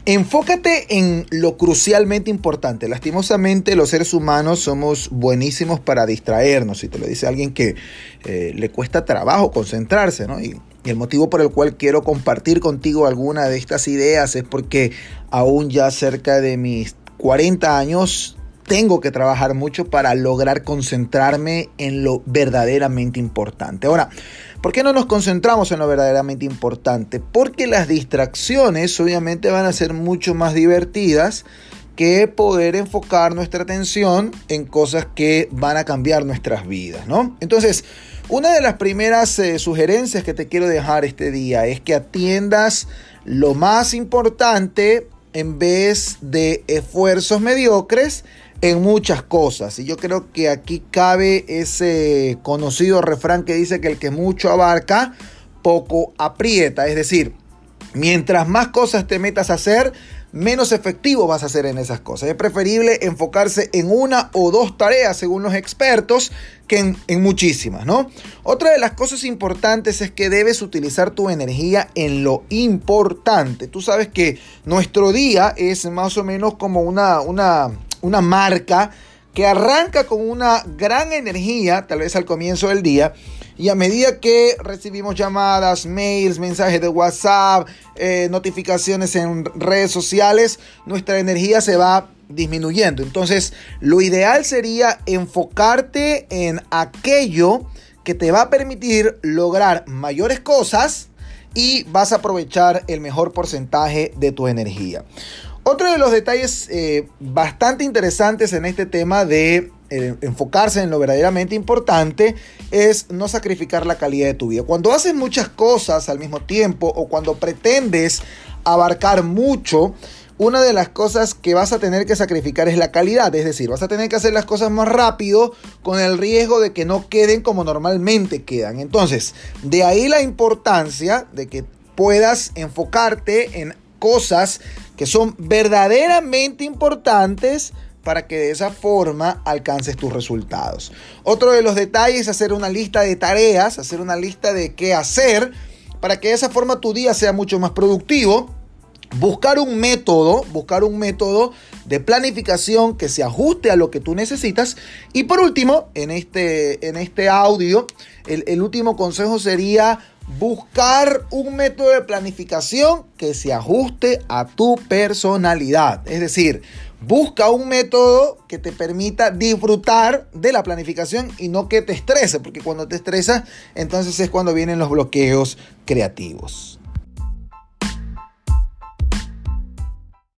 Enfócate en lo crucialmente importante. Lastimosamente, los seres humanos somos buenísimos para distraernos. Y te lo dice alguien que le cuesta trabajo concentrarse, ¿no? Y el motivo por el cual quiero compartir contigo alguna de estas ideas es porque aún ya cerca de mis 40 años tengo que trabajar mucho para lograr concentrarme en lo verdaderamente importante. Ahora, ¿por qué no nos concentramos en lo verdaderamente importante? Porque las distracciones obviamente van a ser mucho más divertidas que poder enfocar nuestra atención en cosas que van a cambiar nuestras vidas, ¿no? Entonces, una de las primeras sugerencias que te quiero dejar este día es que atiendas lo más importante en vez de esfuerzos mediocres en muchas cosas. Y yo creo que aquí cabe ese conocido refrán que dice que el que mucho abarca, poco aprieta. Es decir, mientras más cosas te metas a hacer, menos efectivo vas a ser en esas cosas. Es preferible enfocarse en una o dos tareas, según los expertos, que en muchísimas, ¿no? Otra de las cosas importantes es que debes utilizar tu energía en lo importante. Tú sabes que nuestro día es más o menos como una marca que arranca con una gran energía, tal vez al comienzo del día, y a medida que recibimos llamadas, mails, mensajes de WhatsApp, notificaciones en redes sociales, nuestra energía se va disminuyendo. Entonces, lo ideal sería enfocarte en aquello que te va a permitir lograr mayores cosas y vas a aprovechar el mejor porcentaje de tu energía. Otro de los detalles bastante interesantes en este tema de enfocarse en lo verdaderamente importante es no sacrificar la calidad de tu vida. Cuando haces muchas cosas al mismo tiempo o cuando pretendes abarcar mucho, una de las cosas que vas a tener que sacrificar es la calidad. Es decir, vas a tener que hacer las cosas más rápido con el riesgo de que no queden como normalmente quedan. Entonces, de ahí la importancia de que puedas enfocarte en cosas que son verdaderamente importantes para que de esa forma alcances tus resultados. Otro de los detalles es hacer una lista de tareas, hacer una lista de qué hacer para que de esa forma tu día sea mucho más productivo. Buscar un método de planificación que se ajuste a lo que tú necesitas. Y por último, en este audio, el último consejo sería buscar un método de planificación que se ajuste a tu personalidad. Es decir, busca un método que te permita disfrutar de la planificación y no que te estrese, porque cuando te estresas, entonces es cuando vienen los bloqueos creativos.